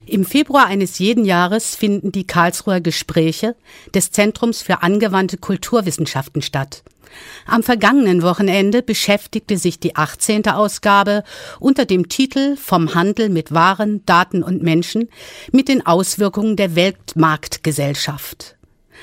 Im Februar eines jeden Jahres finden die Karlsruher Gespräche des Zentrums für angewandte Kulturwissenschaften statt. Am vergangenen Wochenende beschäftigte sich die 18. Ausgabe unter dem Titel »Vom Handel mit Waren, Daten und Menschen« mit den Auswirkungen der Weltmarktgesellschaft.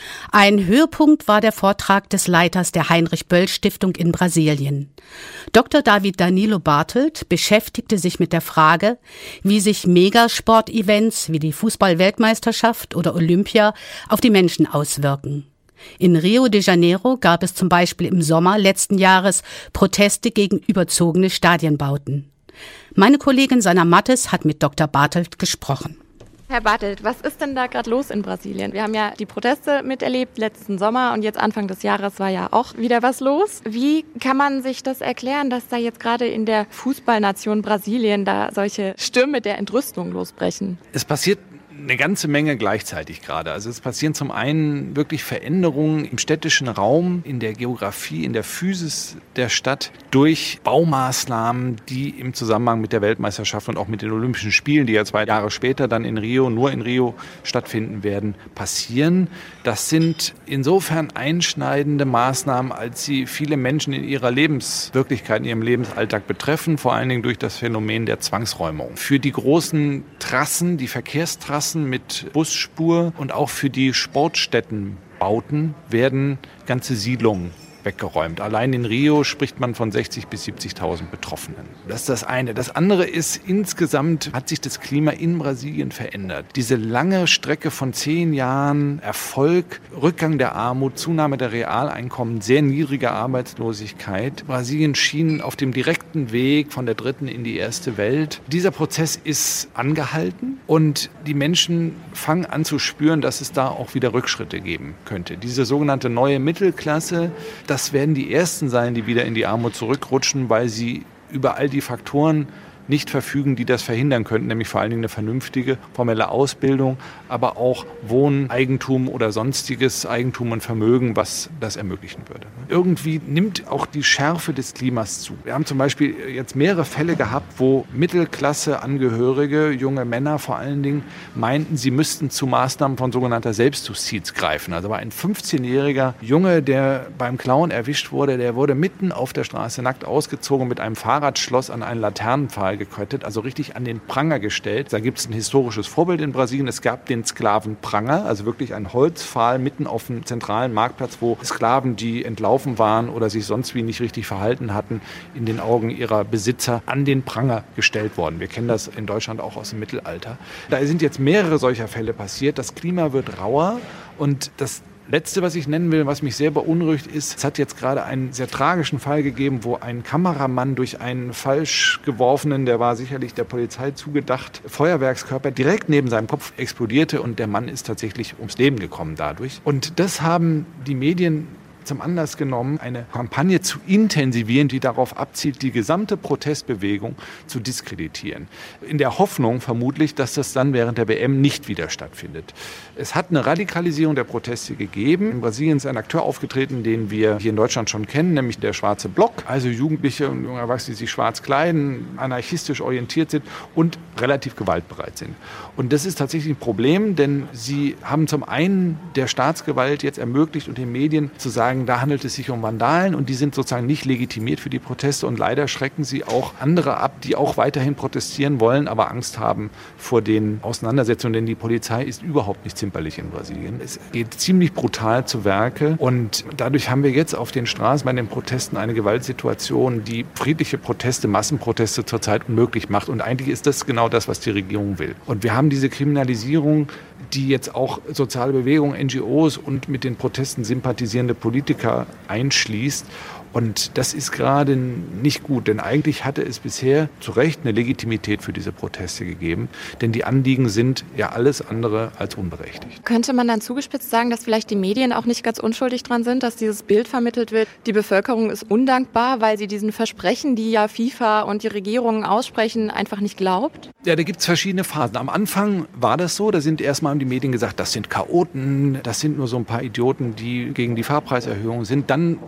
Ein Höhepunkt war der Vortrag des Leiters der Heinrich-Böll-Stiftung in Brasilien. Dr. David Danilo Bartelt beschäftigte sich mit der Frage, wie sich Megasport-Events wie die Fußball-Weltmeisterschaft oder Olympia auf die Menschen auswirken. In Rio de Janeiro gab es zum Beispiel im Sommer letzten Jahres Proteste gegen überzogene Stadienbauten. Meine Kollegin Sanna Mattes hat mit Dr. Bartelt gesprochen. Herr Bartelt, was ist denn da gerade los in Brasilien? Wir haben ja die Proteste miterlebt letzten Sommer und jetzt Anfang des Jahres war ja auch wieder was los. Wie kann man sich das erklären, dass da jetzt gerade in der Fußballnation Brasilien da solche Stürme der Entrüstung losbrechen? Es passiert eine ganze Menge gleichzeitig gerade. Also es passieren zum einen wirklich Veränderungen im städtischen Raum, in der Geografie, in der Physis der Stadt durch Baumaßnahmen, die im Zusammenhang mit der Weltmeisterschaft und auch mit den Olympischen Spielen, die ja 2 Jahre später dann nur in Rio stattfinden werden, passieren. Das sind insofern einschneidende Maßnahmen, als sie viele Menschen in ihrer Lebenswirklichkeit, in ihrem Lebensalltag betreffen, vor allen Dingen durch das Phänomen der Zwangsräumung. Für die großen Trassen, die Verkehrstrassen mit Busspur und auch für die Sportstättenbauten werden ganze Siedlungen weggeräumt. Allein in Rio spricht man von 60.000 bis 70.000 Betroffenen. Das ist das eine. Das andere ist, insgesamt hat sich das Klima in Brasilien verändert. Diese lange Strecke von 10 Jahren Erfolg, Rückgang der Armut, Zunahme der Realeinkommen, sehr niedrige Arbeitslosigkeit. Brasilien schien auf dem direkten Weg von der dritten in die erste Welt. Dieser Prozess ist angehalten und die Menschen fangen an zu spüren, dass es da auch wieder Rückschritte geben könnte. Diese sogenannte neue Mittelklasse, das werden die Ersten sein, die wieder in die Armut zurückrutschen, weil sie über all die Faktoren nicht verfügen, die das verhindern könnten, nämlich vor allen Dingen eine vernünftige formelle Ausbildung, aber auch Wohnen, Eigentum oder sonstiges Eigentum und Vermögen, was das ermöglichen würde. Irgendwie nimmt auch die Schärfe des Klimas zu. Wir haben zum Beispiel jetzt mehrere Fälle gehabt, wo Mittelklasse-Angehörige, junge Männer vor allen Dingen, meinten, sie müssten zu Maßnahmen von sogenannter Selbstjustiz greifen. Also war ein 15-jähriger Junge, der beim Klauen erwischt wurde, der wurde mitten auf der Straße nackt ausgezogen, mit einem Fahrradschloss an einen Laternenpfahl gekettet, also richtig an den Pranger gestellt. Da gibt es ein historisches Vorbild in Brasilien. Es gab den Sklavenpranger, also wirklich ein Holzpfahl mitten auf dem zentralen Marktplatz, wo Sklaven, die entlaufen waren oder sich sonst wie nicht richtig verhalten hatten, in den Augen ihrer Besitzer an den Pranger gestellt worden. Wir kennen das in Deutschland auch aus dem Mittelalter. Da sind jetzt mehrere solcher Fälle passiert. Das Klima wird rauer und das Letzte, was ich nennen will, was mich sehr beunruhigt ist, es hat jetzt gerade einen sehr tragischen Fall gegeben, wo ein Kameramann durch einen falsch geworfenen, der war sicherlich der Polizei zugedacht, Feuerwerkskörper direkt neben seinem Kopf explodierte und der Mann ist tatsächlich ums Leben gekommen dadurch. Und das haben die Medien zum Anlass genommen, eine Kampagne zu intensivieren, die darauf abzielt, die gesamte Protestbewegung zu diskreditieren. In der Hoffnung vermutlich, dass das dann während der WM nicht wieder stattfindet. Es hat eine Radikalisierung der Proteste gegeben. In Brasilien ist ein Akteur aufgetreten, den wir hier in Deutschland schon kennen, nämlich der Schwarze Block. Also Jugendliche und junge Erwachsene, die sich schwarz kleiden, anarchistisch orientiert sind und relativ gewaltbereit sind. Und das ist tatsächlich ein Problem, denn sie haben zum einen der Staatsgewalt jetzt ermöglicht und den Medien zu sagen, da handelt es sich um Vandalen und die sind sozusagen nicht legitimiert für die Proteste und leider schrecken sie auch andere ab, die auch weiterhin protestieren wollen, aber Angst haben vor den Auseinandersetzungen, denn die Polizei ist überhaupt nicht zimperlich in Brasilien. Es geht ziemlich brutal zu Werke und dadurch haben wir jetzt auf den Straßen bei den Protesten eine Gewaltsituation, die friedliche Proteste, Massenproteste zurzeit unmöglich macht und eigentlich ist das genau das, was die Regierung will. Und wir haben diese Kriminalisierung, die jetzt auch soziale Bewegungen, NGOs und mit den Protesten sympathisierende Politiker einschließt. Und das ist gerade nicht gut, denn eigentlich hatte es bisher zu Recht eine Legitimität für diese Proteste gegeben, denn die Anliegen sind ja alles andere als unberechtigt. Könnte man dann zugespitzt sagen, dass vielleicht die Medien auch nicht ganz unschuldig dran sind, dass dieses Bild vermittelt wird, die Bevölkerung ist undankbar, weil sie diesen Versprechen, die ja FIFA und die Regierungen aussprechen, einfach nicht glaubt? Ja, da gibt es verschiedene Phasen. Am Anfang war das so, da sind erstmal die Medien gesagt, das sind Chaoten, das sind nur so ein paar Idioten, die gegen die Fahrpreiserhöhung sind. Dann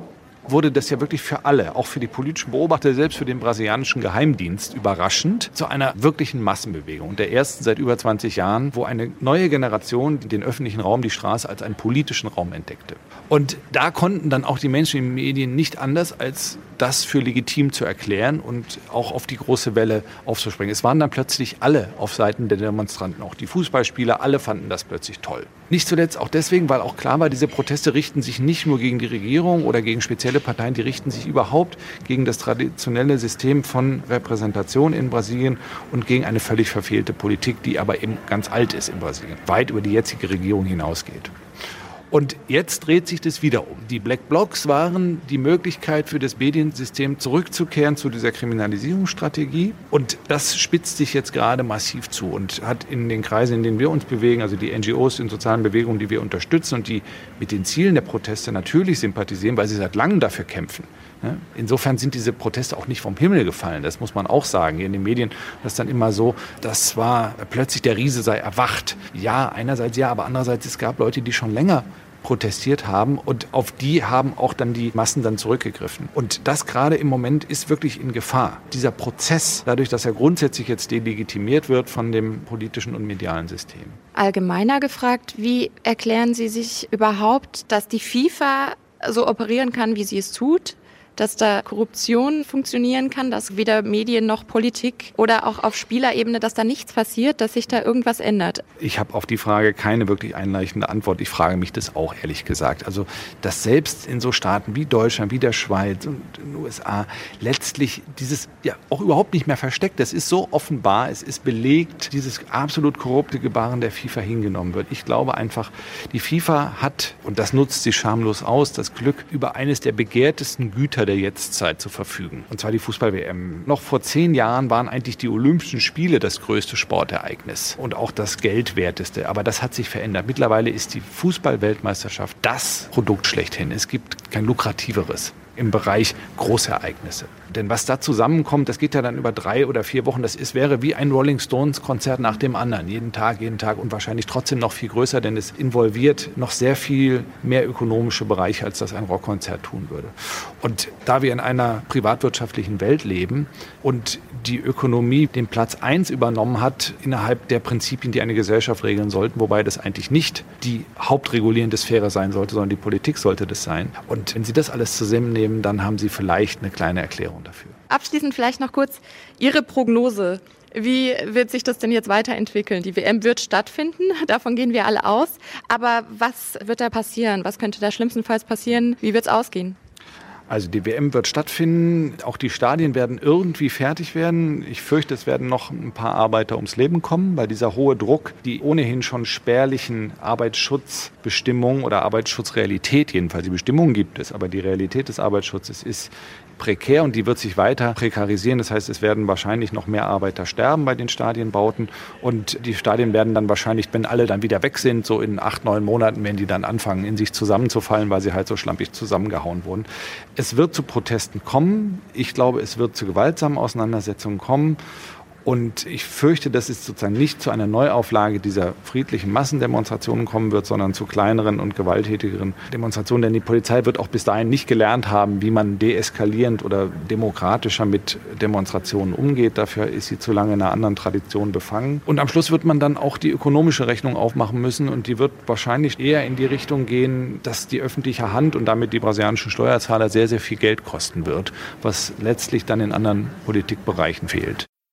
wurde das ja wirklich für alle, auch für die politischen Beobachter, selbst für den brasilianischen Geheimdienst, überraschend zu einer wirklichen Massenbewegung. Der ersten seit über 20 Jahren, wo eine neue Generation den öffentlichen Raum, die Straße als einen politischen Raum entdeckte. Und da konnten dann auch die Menschen in den Medien nicht anders, als das für legitim zu erklären und auch auf die große Welle aufzuspringen. Es waren dann plötzlich alle auf Seiten der Demonstranten, auch die Fußballspieler, alle fanden das plötzlich toll. Nicht zuletzt auch deswegen, weil auch klar war, diese Proteste richten sich nicht nur gegen die Regierung oder gegen spezielle Parteien, die richten sich überhaupt gegen das traditionelle System von Repräsentation in Brasilien und gegen eine völlig verfehlte Politik, die aber eben ganz alt ist in Brasilien, weit über die jetzige Regierung hinausgeht. Und jetzt dreht sich das wieder um. Die Black Blocs waren die Möglichkeit für das Mediensystem zurückzukehren zu dieser Kriminalisierungsstrategie. Und das spitzt sich jetzt gerade massiv zu und hat in den Kreisen, in denen wir uns bewegen, also die NGOs in sozialen Bewegungen, die wir unterstützen und die mit den Zielen der Proteste natürlich sympathisieren, weil sie seit langem dafür kämpfen. Insofern sind diese Proteste auch nicht vom Himmel gefallen, das muss man auch sagen. Hier in den Medien ist dann immer so, das war plötzlich der Riese sei erwacht. Ja, einerseits ja, aber andererseits es gab Leute, die schon länger protestiert haben und auf die haben auch dann die Massen dann zurückgegriffen. Und das gerade im Moment ist wirklich in Gefahr. Dieser Prozess, dadurch, dass er grundsätzlich jetzt delegitimiert wird von dem politischen und medialen System. Allgemeiner gefragt, wie erklären Sie sich überhaupt, dass die FIFA so operieren kann, wie sie es tut? Dass da Korruption funktionieren kann, dass weder Medien noch Politik oder auch auf Spielerebene, dass da nichts passiert, dass sich da irgendwas ändert? Ich habe auf die Frage keine wirklich einleuchtende Antwort. Ich frage mich das auch, ehrlich gesagt. Also, dass selbst in so Staaten wie Deutschland, wie der Schweiz und den USA letztlich dieses ja auch überhaupt nicht mehr versteckt. Das ist so offenbar, es ist belegt, dieses absolut korrupte Gebaren der FIFA hingenommen wird. Ich glaube einfach, die FIFA hat, und das nutzt sie schamlos aus, das Glück, über eines der begehrtesten Güter der Jetztzeit zu verfügen. Und zwar die Fußball-WM. Noch vor 10 Jahren waren eigentlich die Olympischen Spiele das größte Sportereignis und auch das geldwerteste. Aber das hat sich verändert. Mittlerweile ist die Fußball-Weltmeisterschaft das Produkt schlechthin. Es gibt kein lukrativeres im Bereich Großereignisse. Denn was da zusammenkommt, das geht ja dann über 3 oder 4 Wochen, wäre wie ein Rolling Stones Konzert nach dem anderen. Jeden Tag und wahrscheinlich trotzdem noch viel größer, denn es involviert noch sehr viel mehr ökonomische Bereiche, als das ein Rockkonzert tun würde. Und da wir in einer privatwirtschaftlichen Welt leben und die Ökonomie den Platz 1 übernommen hat innerhalb der Prinzipien, die eine Gesellschaft regeln sollten, wobei das eigentlich nicht die hauptregulierende Sphäre sein sollte, sondern die Politik sollte das sein. Und wenn Sie das alles zusammennehmen, dann haben Sie vielleicht eine kleine Erklärung dafür. Abschließend vielleicht noch kurz Ihre Prognose. Wie wird sich das denn jetzt weiterentwickeln? Die WM wird stattfinden, davon gehen wir alle aus. Aber was wird da passieren? Was könnte da schlimmstenfalls passieren? Wie wird es ausgehen? Also die WM wird stattfinden, auch die Stadien werden irgendwie fertig werden. Ich fürchte, es werden noch ein paar Arbeiter ums Leben kommen, weil dieser hohe Druck, die ohnehin schon spärlichen Arbeitsschutzbestimmungen oder Arbeitsschutzrealität jedenfalls, die Bestimmungen gibt es, aber die Realität des Arbeitsschutzes ist prekär und die wird sich weiter prekarisieren. Das heißt, es werden wahrscheinlich noch mehr Arbeiter sterben bei den Stadienbauten und die Stadien werden dann wahrscheinlich, wenn alle dann wieder weg sind, so in 8, 9 Monaten, werden die dann anfangen, in sich zusammenzufallen, weil sie halt so schlampig zusammengehauen wurden. Es wird zu Protesten kommen. Ich glaube, es wird zu gewaltsamen Auseinandersetzungen kommen. Und ich fürchte, dass es sozusagen nicht zu einer Neuauflage dieser friedlichen Massendemonstrationen kommen wird, sondern zu kleineren und gewalttätigeren Demonstrationen. Denn die Polizei wird auch bis dahin nicht gelernt haben, wie man deeskalierend oder demokratischer mit Demonstrationen umgeht. Dafür ist sie zu lange in einer anderen Tradition befangen. Und am Schluss wird man dann auch die ökonomische Rechnung aufmachen müssen. Und die wird wahrscheinlich eher in die Richtung gehen, dass die öffentliche Hand und damit die brasilianischen Steuerzahler sehr, sehr viel Geld kosten wird, was letztlich dann in anderen Politikbereichen fehlt.